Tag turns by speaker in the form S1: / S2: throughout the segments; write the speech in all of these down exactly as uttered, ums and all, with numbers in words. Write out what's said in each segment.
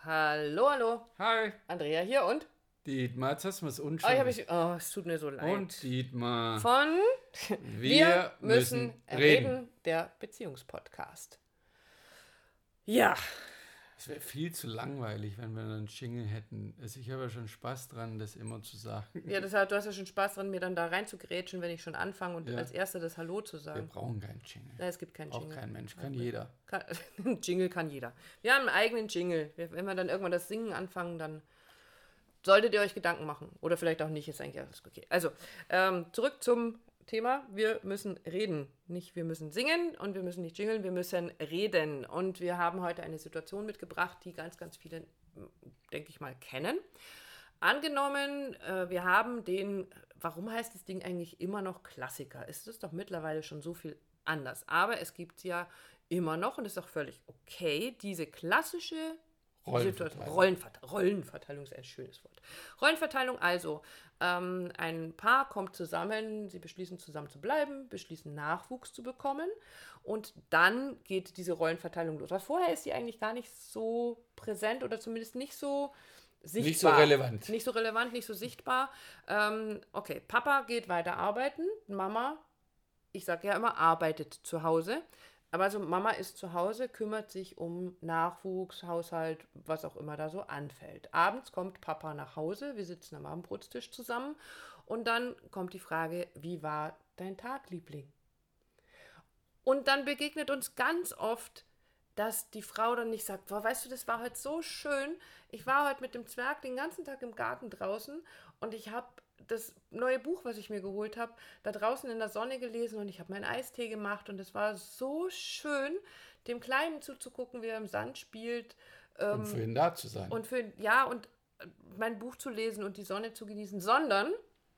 S1: Hallo, hallo.
S2: Hi.
S1: Andrea hier und?
S2: Dietmar, jetzt hast du es
S1: Oh,
S2: unschön.
S1: ich hab ich, oh, es tut mir so leid.
S2: Und Dietmar.
S1: Von
S2: Wir müssen reden.
S1: der Beziehungspodcast. Ja,
S2: Es wäre viel zu langweilig, wenn wir einen Jingle hätten. Also ich habe ja schon Spaß dran, das immer zu sagen.
S1: ja das hat, du hast ja schon Spaß dran, mir dann da reinzugrätschen, wenn ich schon anfange und
S2: Ja.
S1: als Erster das Hallo zu
S2: Wir
S1: sagen.
S2: brauchen keinen Jingle.
S1: Nein, es gibt keinen
S2: Auch
S1: Jingle.
S2: kein Mensch, kann jeder.
S1: Kann, Jingle kann jeder. Wir haben einen eigenen Jingle. Wir- Wenn wir dann irgendwann das Singen anfangen, dann solltet ihr euch Gedanken machen. Oder vielleicht auch nicht, ist eigentlich alles okay. Also, ähm, zurück zum Thema. Wir müssen reden. Nicht wir müssen singen und wir müssen nicht jingeln, wir müssen reden. Und wir haben heute eine Situation mitgebracht, die ganz, ganz viele, denke ich mal, kennen. Angenommen, äh, wir haben den, warum heißt das Ding eigentlich immer noch Klassiker? Ist es doch mittlerweile schon so viel anders. Aber es gibt ja immer noch, und das ist auch völlig okay, diese klassische
S2: Rollenverteilung.
S1: Rollenverteilung. Rollenverteilung ist ein schönes Wort. Rollenverteilung, also ähm, ein Paar kommt zusammen, sie beschließen zusammen zu bleiben, beschließen Nachwuchs zu bekommen und dann geht diese Rollenverteilung los. Weil vorher ist sie eigentlich gar nicht so präsent oder zumindest nicht so sichtbar.
S2: Nicht so relevant.
S1: Nicht so relevant, nicht so sichtbar. Ähm, okay, Papa geht weiter arbeiten, Mama, ich sage ja immer, arbeitet zu Hause. Aber also Mama ist zu Hause, kümmert sich um Nachwuchs, Haushalt, was auch immer da so anfällt. Abends kommt Papa nach Hause, wir sitzen am Abendbrotstisch zusammen und dann kommt die Frage, wie war dein Tag, Liebling? Und dann begegnet uns ganz oft, dass die Frau dann nicht sagt, boah, weißt du, das war heute so schön, ich war heute mit dem Zwerg den ganzen Tag im Garten draußen und ich habe das neue Buch, was ich mir geholt habe, da draußen in der Sonne gelesen und ich habe meinen Eistee gemacht und es war so schön, dem Kleinen zuzugucken, wie er im Sand spielt. Ähm,
S2: Und für ihn da zu sein.
S1: und für ja, und mein Buch zu lesen und die Sonne zu genießen, sondern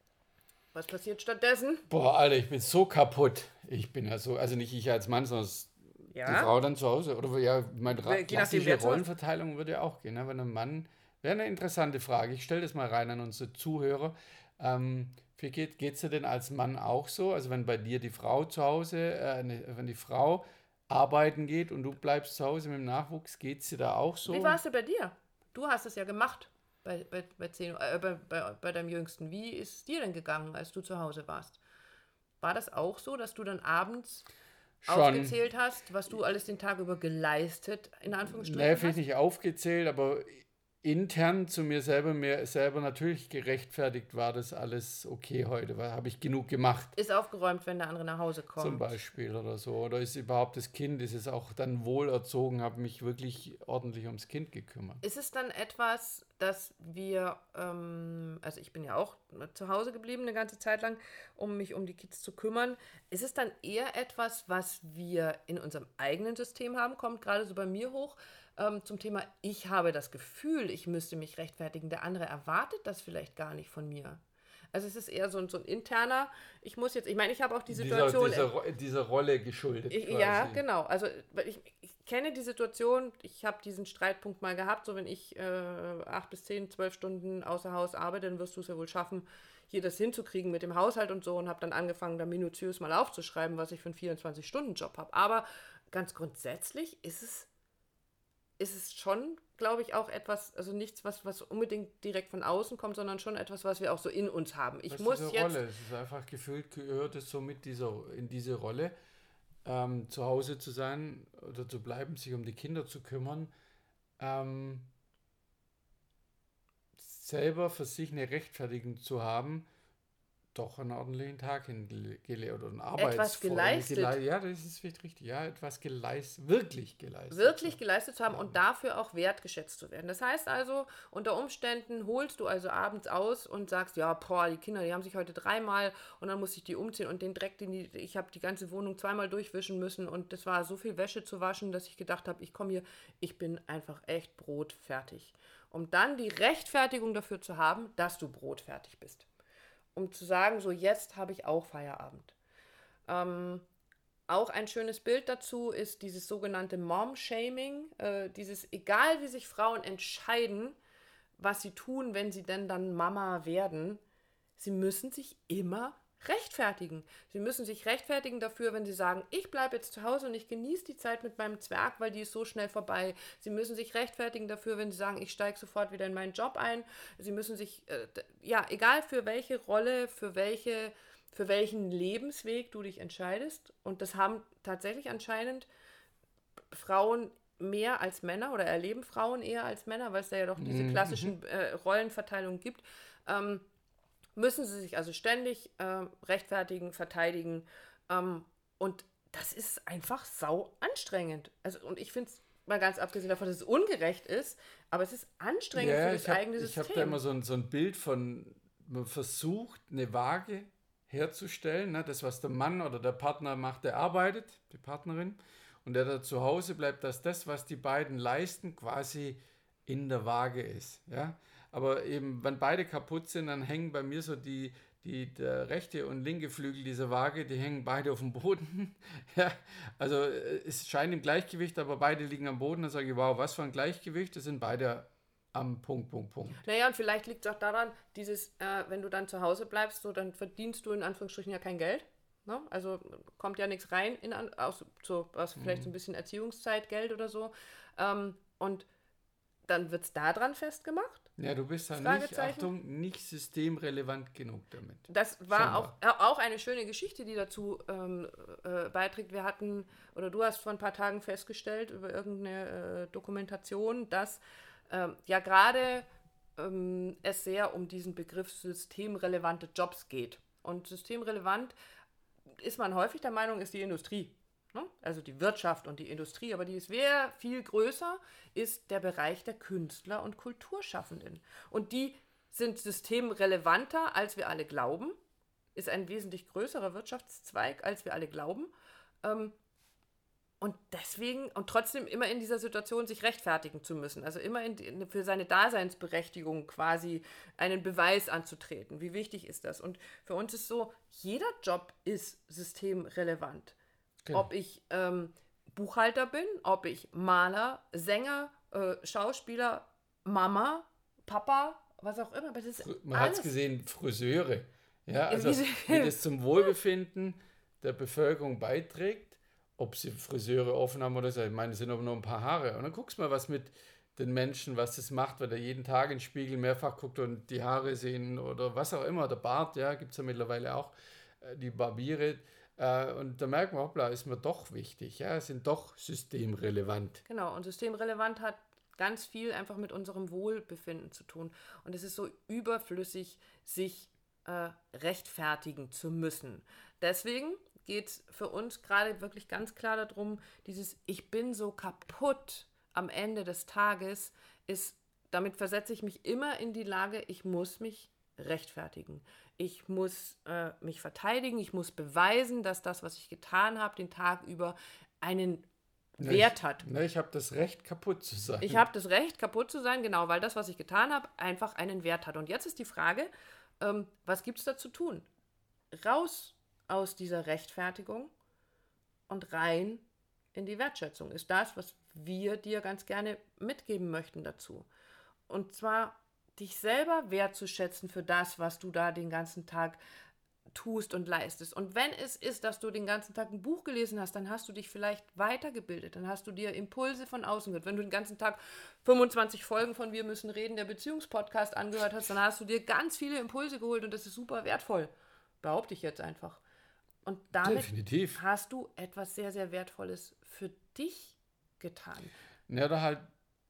S1: was passiert stattdessen?
S2: Boah, Alter, ich bin so kaputt. Ich bin ja so, also nicht ich als Mann, sondern
S1: Ja.
S2: die Frau dann zu Hause. Oder ja, meine
S1: Je nachdem,
S2: klassische
S1: wer zu Hause-
S2: Rollenverteilung würde ja auch gehen. Ne? Wenn ein Mann, wäre eine interessante Frage. Ich stelle das mal rein an unsere Zuhörer. Ähm, wie geht es dir denn als Mann auch so? Also wenn bei dir die Frau zu Hause, äh, ne, wenn die Frau arbeiten geht und du bleibst zu Hause mit dem Nachwuchs, geht es dir da auch so?
S1: Wie war es denn bei dir? Du hast es ja gemacht bei, bei, bei, zehn, äh, bei, bei, bei deinem Jüngsten. Wie ist es dir denn gegangen, als du zu Hause warst? War das auch so, dass du dann abends
S2: Schon.
S1: aufgezählt hast, was du alles den Tag über geleistet, in Anführungsstrichen
S2: Nee, vielleicht
S1: hast?
S2: nicht aufgezählt, aber intern zu mir selber, mir selber natürlich gerechtfertigt war das alles okay heute, weil habe ich genug gemacht.
S1: Ist aufgeräumt, wenn der andere nach Hause kommt.
S2: Zum Beispiel oder so. Oder ist überhaupt das Kind, ist es auch dann wohl erzogen, habe mich wirklich ordentlich ums Kind gekümmert.
S1: Ist es dann etwas, dass wir, ähm, also ich bin ja auch zu Hause geblieben eine ganze Zeit lang, um mich um die Kids zu kümmern. Ist es dann eher etwas, was wir in unserem eigenen System haben, kommt gerade so bei mir hoch, ähm, zum Thema, ich habe das Gefühl, ich müsste mich rechtfertigen. Der andere erwartet das vielleicht gar nicht von mir. Also es ist eher so ein, so ein interner, ich muss jetzt, ich meine, ich habe auch die Situation...
S2: Dieser, dieser, Ro- dieser Rolle geschuldet
S1: Ich,
S2: quasi.
S1: ja, genau. Also weil ich, ich kenne die Situation, ich habe diesen Streitpunkt mal gehabt, so wenn ich äh, acht bis zehn, zwölf Stunden außer Haus arbeite, dann wirst du es ja wohl schaffen, hier das hinzukriegen mit dem Haushalt und so und habe dann angefangen, da minutiös mal aufzuschreiben, was ich für einen vierundzwanzig-Stunden-Job habe. Aber ganz grundsätzlich ist es, ist es schon, glaube ich, auch etwas, also nichts, was, was unbedingt direkt von außen kommt, sondern schon etwas, was wir auch so in uns haben. Ich
S2: Das
S1: muss
S2: ist diese
S1: jetzt...
S2: Rolle. Es ist einfach gefühlt, gehört es so mit dieser, in diese Rolle, ähm, zu Hause zu sein oder zu bleiben, sich um die Kinder zu kümmern, ähm, selber für sich eine Rechtfertigung zu haben, doch einen ordentlichen Tag hingelegt oder einen Arbeits
S1: geleistet.
S2: Gele- Ja, das ist vielleicht richtig. Ja, etwas geleistet, wirklich geleistet.
S1: wirklich geleistet zu haben und dafür auch wertgeschätzt zu werden. Das heißt also, unter Umständen holst du also abends aus und sagst, ja, boah, die Kinder, die haben sich heute dreimal und dann muss ich die umziehen und den Dreck, den die, ich habe die ganze Wohnung zweimal durchwischen müssen und das war so viel Wäsche zu waschen, dass ich gedacht habe, ich komme hier, ich bin einfach echt brotfertig. Um dann die Rechtfertigung dafür zu haben, dass du brotfertig bist. Um zu sagen, so jetzt habe ich auch Feierabend. Ähm, Auch ein schönes Bild dazu ist dieses sogenannte Mom-Shaming, äh, dieses, egal wie sich Frauen entscheiden, was sie tun, wenn sie denn dann Mama werden, sie müssen sich immer rechtfertigen. Sie müssen sich rechtfertigen dafür, wenn sie sagen, ich bleibe jetzt zu Hause und ich genieße die Zeit mit meinem Zwerg, weil die ist so schnell vorbei. Sie müssen sich rechtfertigen dafür, wenn sie sagen, ich steige sofort wieder in meinen Job ein. Sie müssen sich, äh, ja, egal für welche Rolle, für welche, für welchen Lebensweg du dich entscheidest. Und das haben tatsächlich anscheinend Frauen mehr als Männer oder erleben Frauen eher als Männer, weil es da ja doch diese klassischen äh, Rollenverteilungen gibt. Ähm, müssen sie sich also ständig äh, rechtfertigen, verteidigen. Ähm, und das ist einfach sau anstrengend. Also, und ich finde es, mal ganz abgesehen davon, dass es ungerecht ist, aber es ist anstrengend
S2: Ja,
S1: für das
S2: ich habe
S1: eigene
S2: ich hab da
S1: System.
S2: immer so ein, so ein Bild von, man versucht, eine Waage herzustellen. Ne? Das, was der Mann oder der Partner macht, der arbeitet, die Partnerin. Und der da zu Hause bleibt, dass das, was die beiden leisten, quasi in der Waage ist. Ja? Aber eben, wenn beide kaputt sind, dann hängen bei mir so die, die, der rechte und linke Flügel dieser Waage, die hängen beide auf dem Boden. Ja, also äh, es scheint im Gleichgewicht, aber beide liegen am Boden. Dann sage ich, wow, was für ein Gleichgewicht, das sind beide am Punkt, Punkt, Punkt.
S1: Naja, und vielleicht liegt es auch daran, dieses, äh, wenn du dann zu Hause bleibst, so, dann verdienst du in Anführungsstrichen ja kein Geld. Ne? Also kommt ja nichts rein, in, an- aus, so, was, vielleicht so ein bisschen Erziehungszeitgeld oder so. Ähm, und dann wird es daran festgemacht.
S2: Ja, du bist ja nicht,
S1: Fragezeichen.
S2: Achtung, nicht systemrelevant genug damit.
S1: Das war auch,
S2: Scheinbar.
S1: auch eine schöne Geschichte, die dazu ähm, äh, beiträgt. Wir hatten, oder du hast vor ein paar Tagen festgestellt über irgendeine äh, Dokumentation, dass ähm, ja gerade ähm, es sehr um diesen Begriff systemrelevante Jobs geht. Und systemrelevant ist man häufig der Meinung, ist die Industrie. Ne? Also die Wirtschaft und die Industrie, aber die ist sehr viel größer, ist der Bereich der Künstler und Kulturschaffenden. Und die sind systemrelevanter, als wir alle glauben, ist ein wesentlich größerer Wirtschaftszweig, als wir alle glauben. Ähm, und deswegen, und trotzdem immer in dieser Situation sich rechtfertigen zu müssen, also immer in, in, für seine Daseinsberechtigung quasi einen Beweis anzutreten. Wie wichtig ist das? Und für uns ist so, jeder Job ist systemrelevant.
S2: Genau.
S1: Ob ich ähm, Buchhalter bin, ob ich Maler, Sänger, äh, Schauspieler, Mama, Papa, was auch immer. Aber das ist
S2: Man hat
S1: alles.
S2: es gesehen, Friseure. Ja, also
S1: wie sie-
S2: wie das zum Wohlbefinden der Bevölkerung beiträgt, ob sie Friseure offen haben oder so. Ich meine, es sind aber nur ein paar Haare. Und dann guckst du mal, was mit den Menschen, was das macht, weil er jeden Tag in den Spiegel mehrfach guckt und die Haare sehen oder was auch immer, der Bart, ja, gibt es ja mittlerweile auch, äh, die Barbiere. Äh, und da merkt man, hoppla, ist mir doch wichtig, ja, sind doch systemrelevant.
S1: Genau, und systemrelevant hat ganz viel einfach mit unserem Wohlbefinden zu tun. Und es ist so überflüssig, sich äh, rechtfertigen zu müssen. Deswegen geht es für uns gerade wirklich ganz klar darum, dieses Ich bin so kaputt am Ende des Tages ist, damit versetze ich mich immer in die Lage, ich muss mich rechtfertigen. Ich muss äh, mich verteidigen, ich muss beweisen, dass das, was ich getan habe, den Tag über einen
S2: Ne,
S1: Wert
S2: ich,
S1: hat.
S2: ne, ich habe das Recht, kaputt zu sein.
S1: Ich habe das Recht, kaputt zu sein, genau, weil das, was ich getan habe, einfach einen Wert hat. Und jetzt ist die Frage, ähm, was gibt es da zu tun? Raus aus dieser Rechtfertigung und rein in die Wertschätzung ist das, was wir dir ganz gerne mitgeben möchten dazu. Und zwar dich selber wertzuschätzen für das, was du da den ganzen Tag tust und leistest. Und wenn es ist, dass du den ganzen Tag ein Buch gelesen hast, dann hast du dich vielleicht weitergebildet, dann hast du dir Impulse von außen gehört. Wenn du den ganzen Tag fünfundzwanzig Folgen von Wir müssen reden, der Beziehungspodcast angehört hast, dann hast du dir ganz viele Impulse geholt und das ist super wertvoll. Behaupte ich jetzt einfach. Und damit
S2: Definitiv.
S1: hast du etwas sehr, sehr Wertvolles für dich getan.
S2: Ja, da halt,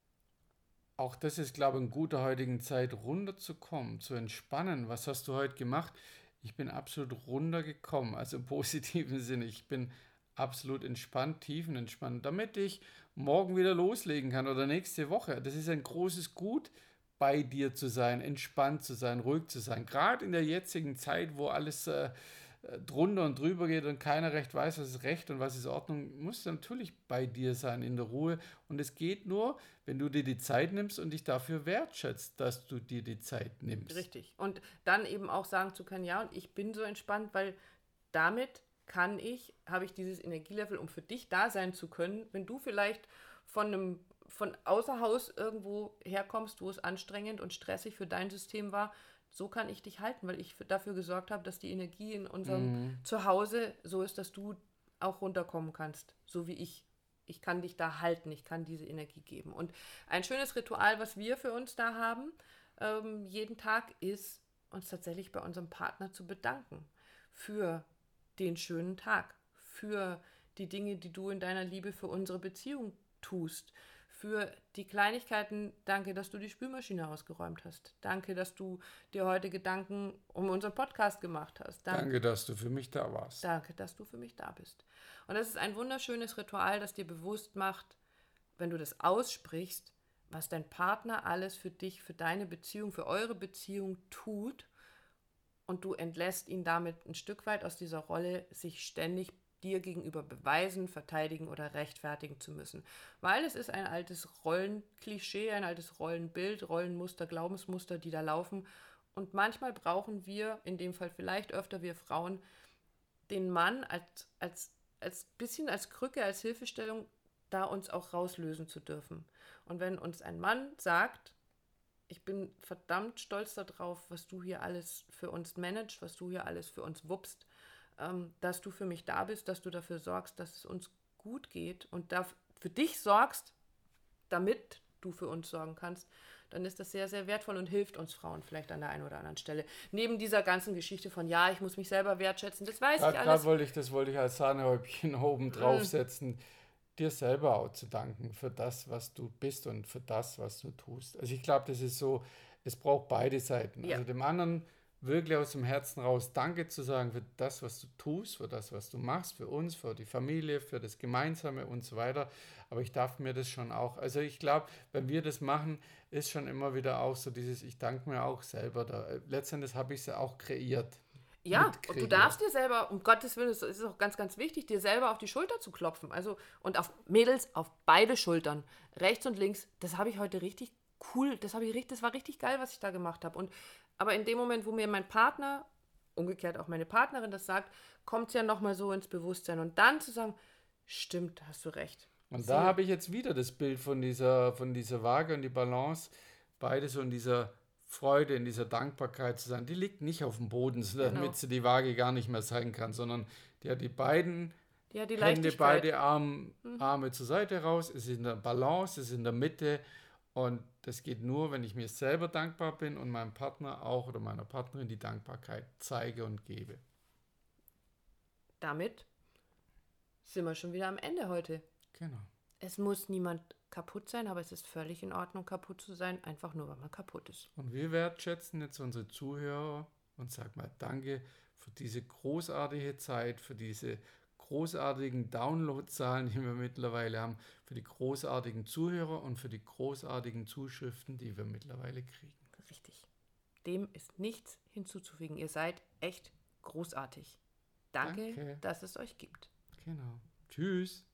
S2: auch das ist, glaube ich, in guter heutigen Zeit, runterzukommen, zu entspannen. Was hast du heute gemacht? Ich bin absolut runtergekommen, also im positiven Sinne. Ich bin absolut entspannt, tiefenentspannt, damit ich morgen wieder loslegen kann oder nächste Woche. Das ist ein großes Gut, bei dir zu sein, entspannt zu sein, ruhig zu sein. Gerade in der jetzigen Zeit, wo alles äh, drunter und drüber geht und keiner recht weiß, was ist Recht und was ist Ordnung, musst du natürlich bei dir sein, in der Ruhe. Und es geht nur, wenn du dir die Zeit nimmst und dich dafür wertschätzt, dass du dir die Zeit nimmst.
S1: Richtig. Und dann eben auch sagen zu können, ja, und ich bin so entspannt, weil damit kann ich, habe ich dieses Energielevel, um für dich da sein zu können, wenn du vielleicht von einem von außer Haus irgendwo herkommst, wo es anstrengend und stressig für dein System war, so kann ich dich halten, weil ich für, dafür gesorgt habe, dass die Energie in unserem
S2: Mhm.
S1: Zuhause so ist, dass du auch runterkommen kannst, so wie ich. Ich kann dich da halten, ich kann diese Energie geben. Und ein schönes Ritual, was wir für uns da haben, ähm, jeden Tag, ist, uns tatsächlich bei unserem Partner zu bedanken für den schönen Tag, für die Dinge, die du in deiner Liebe für unsere Beziehung tust, für die Kleinigkeiten. Danke, dass du die Spülmaschine ausgeräumt hast. Danke, dass du dir heute Gedanken um unseren Podcast gemacht hast. Danke,
S2: Danke, dass du für mich da warst.
S1: danke, dass du für mich da bist. Und das ist ein wunderschönes Ritual, das dir bewusst macht, wenn du das aussprichst, was dein Partner alles für dich, für deine Beziehung, für eure Beziehung tut, und du entlässt ihn damit ein Stück weit aus dieser Rolle, sich ständig dir gegenüber beweisen, verteidigen oder rechtfertigen zu müssen. Weil es ist ein altes Rollenklischee, ein altes Rollenbild, Rollenmuster, Glaubensmuster, die da laufen. Und manchmal brauchen wir, in dem Fall vielleicht öfter wir Frauen, den Mann als, als, als bisschen als Krücke, als Hilfestellung, da uns auch rauslösen zu dürfen. Und wenn uns ein Mann sagt, ich bin verdammt stolz darauf, was du hier alles für uns managst, was du hier alles für uns wuppst, ähm, dass du für mich da bist, dass du dafür sorgst, dass es uns gut geht und da für dich sorgst, damit du für uns sorgen kannst, dann ist das sehr, sehr wertvoll und hilft uns Frauen vielleicht an der einen oder anderen Stelle. Neben dieser ganzen Geschichte von, ja, ich muss mich selber wertschätzen, das weiß ich
S2: Gerade
S1: alles.
S2: wollte ich, das wollte ich als Sahnehäubchen oben draufsetzen, dir selber auch zu danken für das, was du bist und für das, was du tust. Also ich glaube, das ist so, es braucht beide Seiten.
S1: Ja.
S2: Also dem anderen wirklich aus dem Herzen raus Danke zu sagen für das, was du tust, für das, was du machst, für uns, für die Familie, für das Gemeinsame und so weiter. Aber ich darf mir das schon auch, also ich glaube, wenn wir das machen, ist schon immer wieder auch so dieses, ich danke mir auch selber. Da. Letztendlich habe ich es ja auch kreiert.
S1: Ja, und du darfst
S2: Mitkreiert.
S1: dir selber, um Gottes Willen, es ist auch ganz, ganz wichtig, dir selber auf die Schulter zu klopfen. Also, und auf Mädels, auf beide Schultern, rechts und links. Das habe ich heute richtig cool, das habe ich richtig, das war richtig geil, was ich da gemacht habe. Und aber in dem Moment, wo mir mein Partner, umgekehrt auch meine Partnerin das sagt, kommt es ja nochmal so ins Bewusstsein. Und dann zu sagen, stimmt, hast du recht.
S2: Und da
S1: Sie,
S2: habe ich jetzt wieder das Bild von dieser, von dieser Waage und die Balance, beide so in dieser Freude, in dieser Dankbarkeit zu sein. Die liegt nicht auf dem Boden, so
S1: genau.
S2: damit sie die Waage gar nicht mehr sein kann, sondern die hat die beiden
S1: Ja, die
S2: Hände,
S1: Leichtigkeit.
S2: beide Arm, Arme zur Seite raus, es ist in der Balance, es ist in der Mitte und das geht nur, wenn ich mir selber dankbar bin und meinem Partner auch oder meiner Partnerin die Dankbarkeit zeige und gebe.
S1: Damit sind wir schon wieder am Ende heute.
S2: Genau.
S1: Es muss niemand kaputt sein, aber es ist völlig in Ordnung, kaputt zu sein, einfach nur, weil man kaputt ist.
S2: Und wir wertschätzen jetzt unsere Zuhörer und sagen mal Danke für diese großartige Zeit, für diese großartigen Downloadzahlen, die wir mittlerweile haben, für die großartigen Zuhörer und für die großartigen Zuschriften, die wir mittlerweile kriegen.
S1: Richtig. Dem ist nichts hinzuzufügen. Ihr seid echt großartig. Danke,
S2: Danke.
S1: dass es euch gibt.
S2: Genau. Tschüss.